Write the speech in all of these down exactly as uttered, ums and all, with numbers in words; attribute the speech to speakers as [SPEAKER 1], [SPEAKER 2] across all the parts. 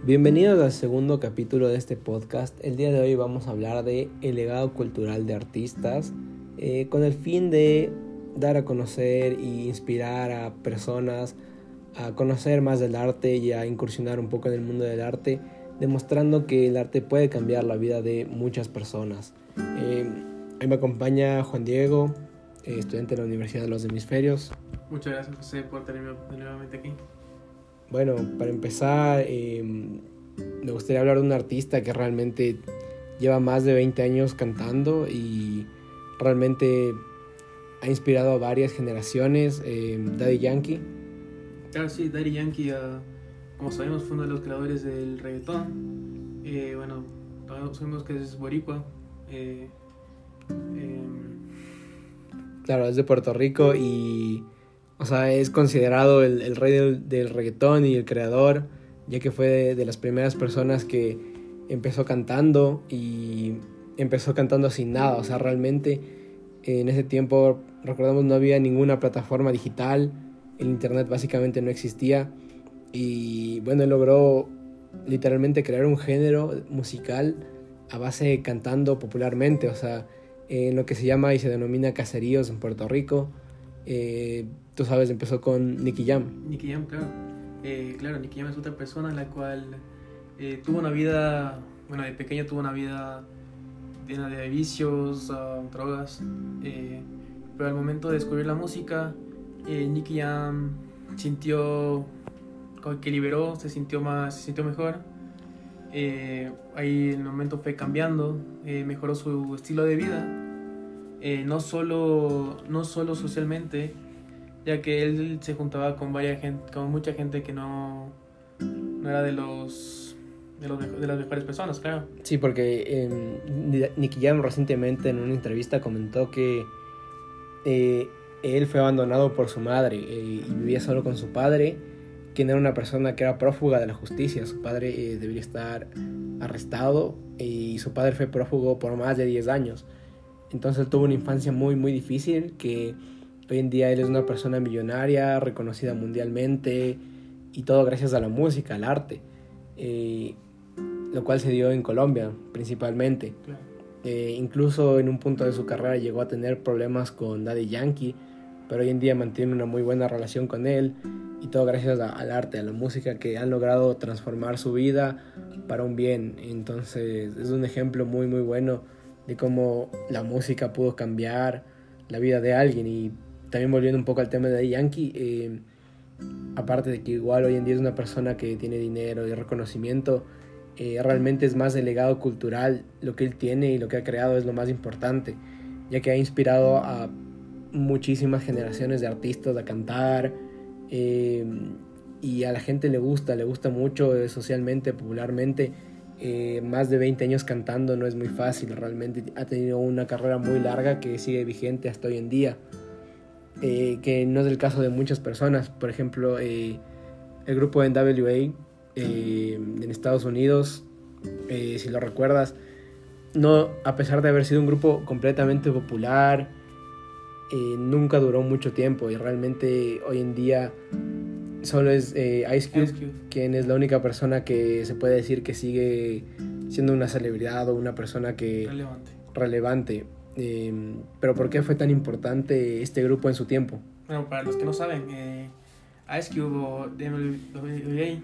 [SPEAKER 1] Bienvenidos al segundo capítulo de este podcast. El día de hoy vamos a hablar de el legado cultural de artistas eh, con el fin de dar a conocer e inspirar a personas a conocer más del arte y a incursionar un poco en el mundo del arte, demostrando que el arte puede cambiar la vida de muchas personas. Eh, hoy me acompaña Juan Diego, eh, estudiante de la Universidad de los Hemisferios.
[SPEAKER 2] Muchas gracias, José, por tenerme nuevamente aquí.
[SPEAKER 1] Bueno, para empezar, eh, me gustaría hablar de un artista que realmente lleva más de veinte años cantando y realmente ha inspirado a varias generaciones, eh, Daddy Yankee.
[SPEAKER 2] Claro, sí, Daddy Yankee, uh, como sabemos, fue uno de los creadores del reggaetón. Eh, bueno, sabemos que es boricua. Eh, eh,
[SPEAKER 1] Claro, es de Puerto Rico y, o sea, es considerado el, el rey del, del reggaetón y el creador, ya que fue de, de las primeras personas que empezó cantando y empezó cantando sin nada. O sea, realmente en ese tiempo, recordamos, no había ninguna plataforma digital, el internet básicamente no existía y bueno, él logró literalmente crear un género musical a base de cantando popularmente. O sea, en lo que se llama y se denomina caseríos en Puerto Rico. Eh, tú sabes, empezó con Nicky Jam.
[SPEAKER 2] Nicky Jam, claro. Eh, claro, Nicky Jam es otra persona en la cual eh, tuvo una vida, bueno, de pequeño tuvo una vida llena de vicios, uh, drogas, eh, pero al momento de descubrir la música, eh, Nicky Jam sintió como que liberó, se sintió más, se sintió mejor. Eh, ahí el momento fue cambiando, eh, mejoró su estilo de vida, eh, no solo no solo socialmente, ya que él se juntaba con varias gente, con mucha gente que no no era de los de, los, de las mejores personas, claro.
[SPEAKER 1] Sí, porque eh, Nicky Jam recientemente en una entrevista comentó que eh, él fue abandonado por su madre eh, y vivía solo con su padre, quien era una persona que era prófuga de la justicia. Su padre eh, debería estar arrestado y su padre fue prófugo por más de diez años. Entonces él tuvo una infancia muy muy difícil, que hoy en día él es una persona millonaria, reconocida mundialmente y todo gracias a la música, al arte, eh, lo cual se dio en Colombia principalmente.
[SPEAKER 2] Claro.
[SPEAKER 1] Eh, incluso en un punto de su carrera llegó a tener problemas con Daddy Yankee, pero hoy en día mantiene una muy buena relación con él y todo gracias a, al arte, a la música, que han logrado transformar su vida para un bien. Entonces es un ejemplo muy muy bueno de cómo la música pudo cambiar la vida de alguien. Y también volviendo un poco al tema de Daddy Yankee, eh, aparte de que igual hoy en día es una persona que tiene dinero y reconocimiento, eh, realmente es más el legado cultural. Lo que él tiene y lo que ha creado es lo más importante, ya que ha inspirado a muchísimas generaciones de artistas a cantar, eh, y a la gente le gusta, le gusta mucho eh, socialmente, popularmente. Eh, más de veinte años cantando no es muy fácil, realmente ha tenido una carrera muy larga que sigue vigente hasta hoy en día, eh, que no es el caso de muchas personas. Por ejemplo, eh, el grupo N W A eh, en Estados Unidos, eh, si lo recuerdas, no, a pesar de haber sido un grupo completamente popular, Eh, nunca duró mucho tiempo y realmente hoy en día solo es eh, Ice Cube,
[SPEAKER 2] Ice Cube,
[SPEAKER 1] quien es la única persona que se puede decir que sigue siendo una celebridad o una persona que
[SPEAKER 2] relevante.
[SPEAKER 1] relevante. Eh, pero ¿por qué fue tan importante este grupo en su tiempo?
[SPEAKER 2] Bueno, para los que no saben, eh, Ice Cube o N W A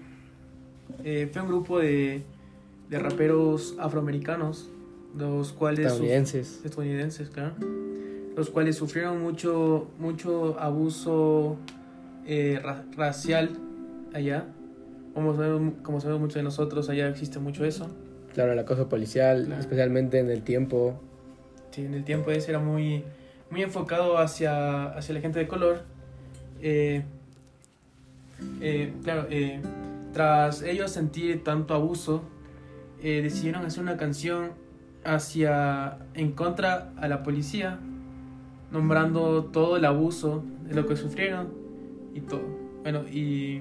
[SPEAKER 2] eh, fue un grupo de, de raperos afroamericanos, los cuales
[SPEAKER 1] Estadounidenses.
[SPEAKER 2] Suf- estadounidenses, claro, los cuales sufrieron mucho mucho abuso eh, ra- racial allá. Como sabemos, como sabemos muchos de nosotros, allá existe mucho eso.
[SPEAKER 1] Claro, el acoso policial,
[SPEAKER 2] Claro.
[SPEAKER 1] especialmente en el tiempo.
[SPEAKER 2] Sí, en el tiempo ese era muy, muy enfocado hacia, hacia la gente de color. Eh, eh, claro, eh, tras ellos sentir tanto abuso, eh, decidieron hacer una canción hacia en contra a la policía, nombrando todo el abuso de lo que sufrieron y todo. Bueno, y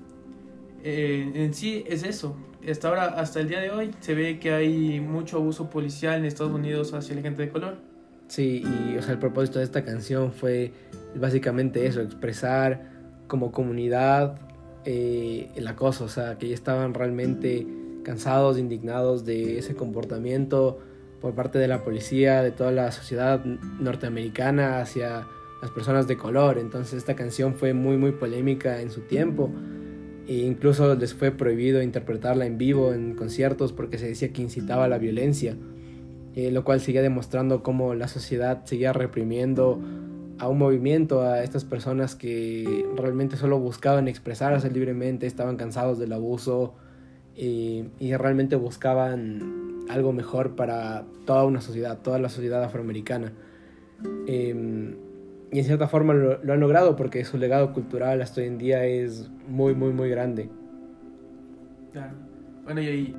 [SPEAKER 2] eh, en sí es eso. Hasta ahora, hasta el día de hoy, se ve que hay mucho abuso policial en Estados Unidos hacia la gente de color.
[SPEAKER 1] Sí, y o sea, el propósito de esta canción fue básicamente eso, expresar como comunidad eh, el acoso, o sea, que ya estaban realmente cansados, indignados de ese comportamiento por parte de la policía, de toda la sociedad norteamericana hacia las personas de color. Entonces esta canción fue muy muy polémica en su tiempo e incluso les fue prohibido interpretarla en vivo en conciertos porque se decía que incitaba a la violencia, eh, lo cual seguía demostrando cómo la sociedad seguía reprimiendo a un movimiento, a estas personas que realmente solo buscaban expresarse libremente, estaban cansados del abuso, eh, y realmente buscaban algo mejor para toda una sociedad, toda la sociedad afroamericana. Eh, y en cierta forma lo, lo han logrado porque su legado cultural hasta hoy en día es muy, muy, muy grande.
[SPEAKER 2] Claro. Bueno, y ahí...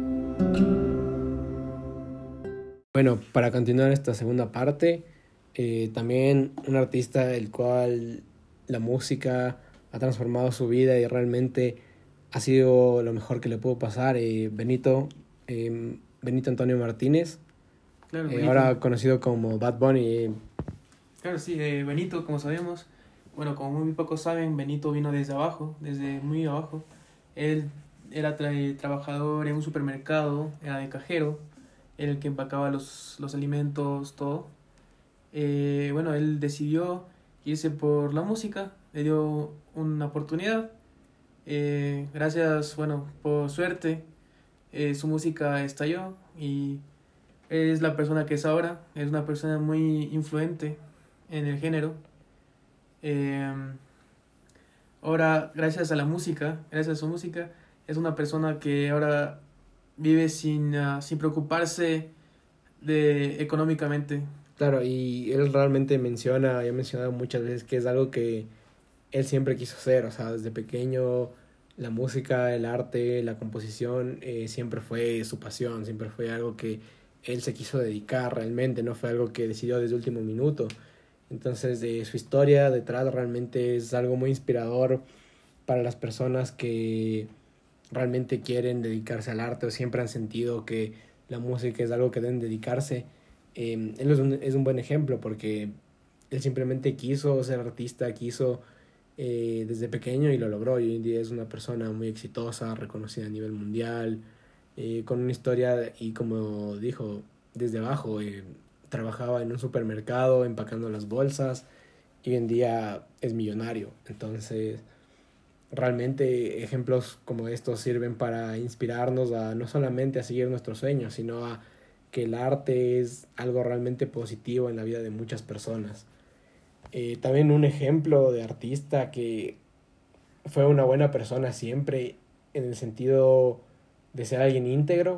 [SPEAKER 1] Bueno, para continuar esta segunda parte, eh, también un artista el cual la música ha transformado su vida y realmente ha sido lo mejor que le pudo pasar, eh, Benito, eh, Benito Antonio Martínez,
[SPEAKER 2] Claro,
[SPEAKER 1] eh,
[SPEAKER 2] Benito.
[SPEAKER 1] ahora conocido como Bad Bunny. Eh,
[SPEAKER 2] Claro, sí, eh, Benito, como sabemos, bueno, como muy pocos saben, Benito vino desde abajo, desde muy abajo. Él era tra- trabajador en un supermercado, era de cajero, era el que empacaba los, los alimentos, todo. Eh, bueno, él decidió irse por la música, le dio una oportunidad. Eh, gracias, bueno, por suerte, eh, su música estalló y es la persona que es ahora, es una persona muy influente en el género. Eh, ahora, gracias a la música, gracias a su música, es una persona que ahora vive sin, uh, sin preocuparse de económicamente.
[SPEAKER 1] claro, y él realmente menciona, y ha mencionado muchas veces que es algo que él siempre quiso hacer, o sea, desde pequeño la música, el arte, la composición, eh, siempre fue su pasión, siempre fue algo que él se quiso dedicar realmente, no fue algo que decidió desde el último minuto. Entonces, de su historia detrás realmente es algo muy inspirador para las personas que realmente quieren dedicarse al arte o siempre han sentido que la música es algo que deben dedicarse. Eh, él es un, es un buen ejemplo porque él simplemente quiso ser artista, quiso eh, desde pequeño y lo logró. Y hoy en día es una persona muy exitosa, reconocida a nivel mundial, eh, con una historia y como dijo, desde abajo. Eh, trabajaba en un supermercado empacando las bolsas y hoy en día es millonario. Entonces, realmente ejemplos como estos sirven para inspirarnos a no solamente a seguir nuestros sueños, sino a que el arte es algo realmente positivo en la vida de muchas personas. Eh, también un ejemplo de artista que fue una buena persona siempre en el sentido de ser alguien íntegro,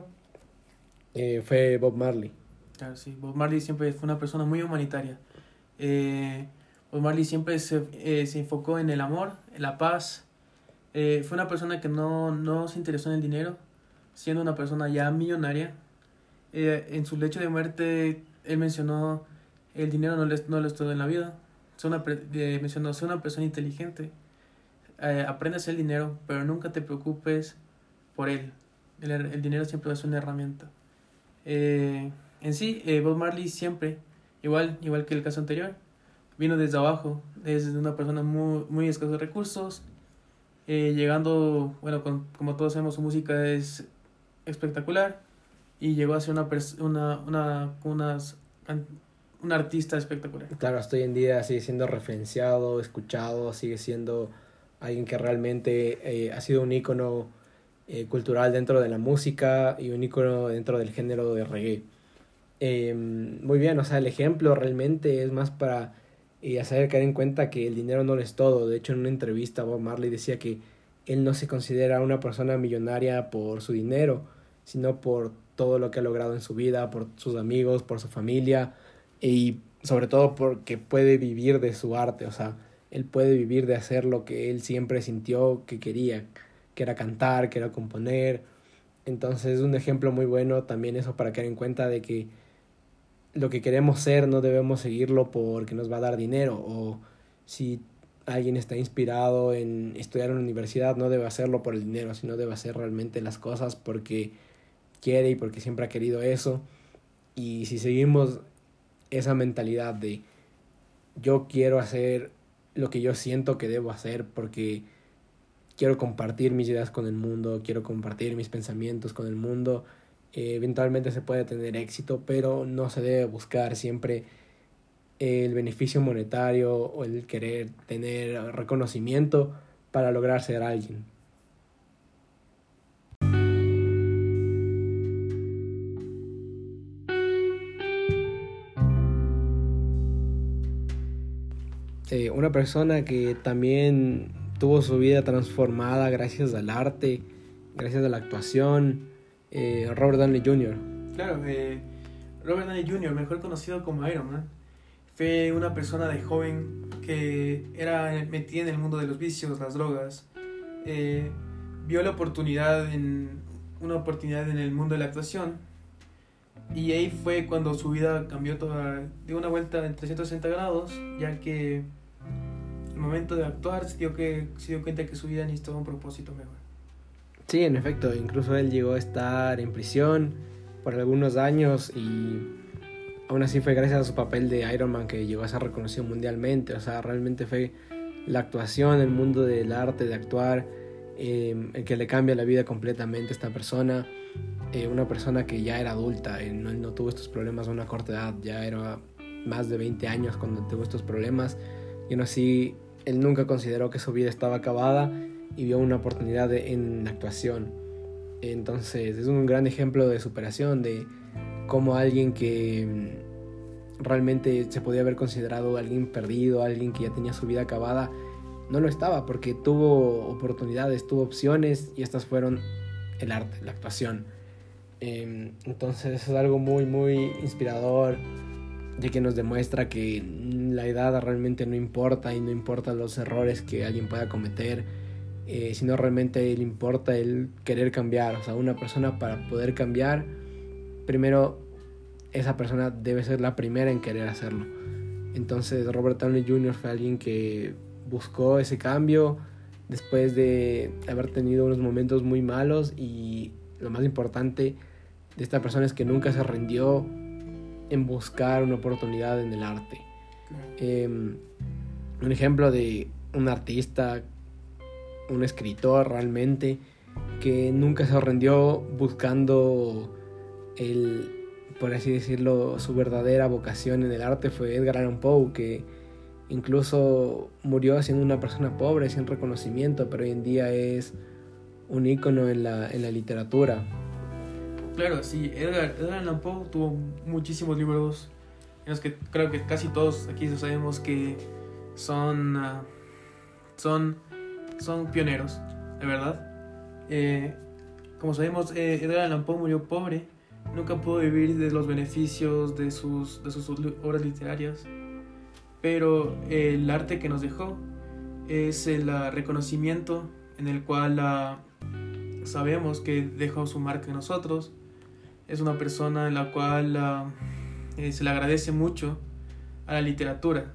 [SPEAKER 1] eh, fue Bob Marley.
[SPEAKER 2] Claro, sí, Bob Marley siempre fue una persona muy humanitaria. Eh, Bob Marley siempre se, eh, se enfocó en el amor, en la paz. Eh, fue una persona que no, no se interesó en el dinero, siendo una persona ya millonaria. Eh, en su lecho de muerte, él mencionó, el dinero no, les, no lo es todo en la vida. Sé una, per- eh, mencionó, sé una persona inteligente. Eh, aprende a hacer el dinero, pero nunca te preocupes por él. El, el dinero siempre va a ser una herramienta. Eh, en sí, eh, Bob Marley siempre, igual, igual que el caso anterior, vino desde abajo, desde una persona muy, muy escasa de recursos, eh, llegando, bueno, con, como todos sabemos, su música es espectacular y llegó a ser una, pers- una, una, unas, un artista espectacular.
[SPEAKER 1] Claro, hasta hoy en día sigue siendo referenciado, escuchado, sigue siendo alguien que realmente eh, ha sido un ícono eh, cultural dentro de la música y un ícono dentro del género de reggae. Eh, muy bien, o sea, el ejemplo realmente es más para eh, hacer caer en cuenta que el dinero no lo es todo. De hecho, en una entrevista Bob Marley decía que él no se considera una persona millonaria por su dinero, sino por todo lo que ha logrado en su vida, por sus amigos, por su familia y sobre todo porque puede vivir de su arte. O sea, él puede vivir de hacer lo que él siempre sintió que quería, que era cantar, que era componer. Entonces es un ejemplo muy bueno también eso para caer en cuenta de que lo que queremos ser no debemos seguirlo porque nos va a dar dinero, o si alguien está inspirado en estudiar en la universidad no debe hacerlo por el dinero, sino debe hacer realmente las cosas porque quiere y porque siempre ha querido eso. Y si seguimos esa mentalidad de yo quiero hacer lo que yo siento que debo hacer porque quiero compartir mis ideas con el mundo, quiero compartir mis pensamientos con el mundo. Eh, eventualmente se puede tener éxito, pero no se debe buscar siempre el beneficio monetario o el querer tener reconocimiento para lograr ser alguien. Eh, una persona que también tuvo su vida transformada gracias al arte, gracias a la actuación, eh, Robert Downey junior
[SPEAKER 2] Claro, eh, Robert Downey junior, mejor conocido como Iron Man, fue una persona de joven que era metida en el mundo de los vicios, las drogas. Eh, vio la oportunidad en una oportunidad en el mundo de la actuación, y ahí fue cuando su vida cambió toda, dio una vuelta en trescientos sesenta grados, ya que al momento de actuar se dio, que, se dio cuenta que su vida necesitaba un propósito mejor.
[SPEAKER 1] Sí, en efecto, incluso él llegó a estar en prisión por algunos años y aún así fue gracias a su papel de Iron Man que llegó a ser reconocido mundialmente. O sea, realmente fue la actuación, el mundo del arte, de actuar, eh, el que le cambia la vida completamente a esta persona. Eh, una persona que ya era adulta, eh, no, no tuvo estos problemas a una corta edad, ya era más de veinte años cuando tuvo estos problemas, y aún así él nunca consideró que su vida estaba acabada y vio una oportunidad de, en la actuación. Entonces es un gran ejemplo de superación, de cómo alguien que realmente se podía haber considerado alguien perdido, alguien que ya tenía su vida acabada, no lo estaba, porque tuvo oportunidades, tuvo opciones, y estas fueron el arte, la actuación. Eh, entonces es algo muy muy inspirador, ya que nos demuestra que la edad realmente no importa, y no importan los errores que alguien pueda cometer, eh, sino realmente le importa el querer cambiar. O sea, una persona, para poder cambiar, primero esa persona debe ser la primera en querer hacerlo. Entonces Robert Downey junior fue alguien que buscó ese cambio después de haber tenido unos momentos muy malos, y lo más importante de esta persona es que nunca se rindió en buscar una oportunidad en el arte. Eh, un ejemplo de un artista, un escritor realmente, que nunca se rindió buscando el, por así decirlo, su verdadera vocación en el arte, fue Edgar Allan Poe, que incluso murió siendo una persona pobre, sin reconocimiento, pero hoy en día es un ícono en la, en la literatura.
[SPEAKER 2] Claro, sí, Edgar, Edgar Allan Poe tuvo muchísimos libros en los que creo que casi todos aquí sabemos que son, uh, son, son pioneros, de verdad. Eh, como sabemos, eh, Edgar Allan Poe murió pobre, nunca pudo vivir de los beneficios de sus, de sus obras literarias, pero eh, el arte que nos dejó es el uh, reconocimiento en el cual uh, sabemos que dejó su marca en nosotros. Es una persona en la cual uh, eh, se le agradece mucho a la literatura.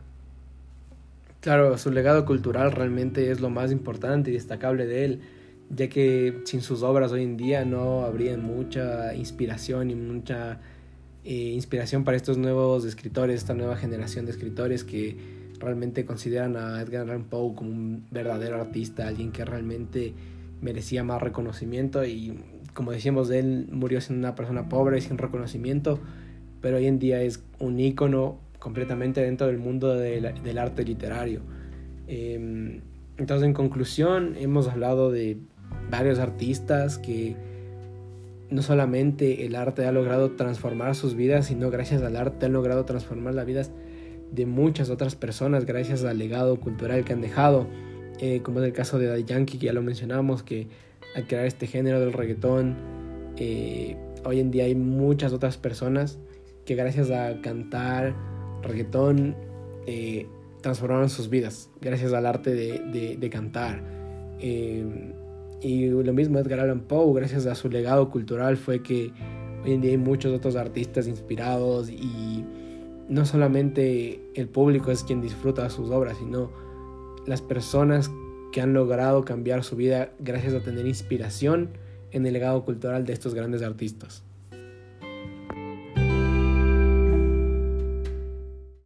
[SPEAKER 1] Claro, su legado cultural realmente es lo más importante y destacable de él, ya que sin sus obras hoy en día no habría mucha inspiración y mucha eh, inspiración para estos nuevos escritores, esta nueva generación de escritores que realmente consideran a Edgar Allan Poe como un verdadero artista, alguien que realmente merecía más reconocimiento. Y como decíamos, él murió siendo una persona pobre y sin reconocimiento, pero hoy en día es un ícono completamente dentro del mundo de la, del arte literario. Eh, entonces, en conclusión, hemos hablado de varios artistas que no solamente el arte ha logrado transformar sus vidas, sino gracias al arte han logrado transformar las vidas de muchas otras personas gracias al legado cultural que han dejado, eh, como es el caso de Daddy Yankee, que ya lo mencionamos, que al crear este género del reggaetón, eh, hoy en día hay muchas otras personas que gracias a cantar reggaetón eh, transformaron sus vidas, gracias al arte de, de, de cantar. Eh, y lo mismo Edgar Allan Poe, gracias a su legado cultural fue que hoy en día hay muchos otros artistas inspirados, y no solamente el público es quien disfruta sus obras, sino las personas que han logrado cambiar su vida gracias a tener inspiración en el legado cultural de estos grandes artistas.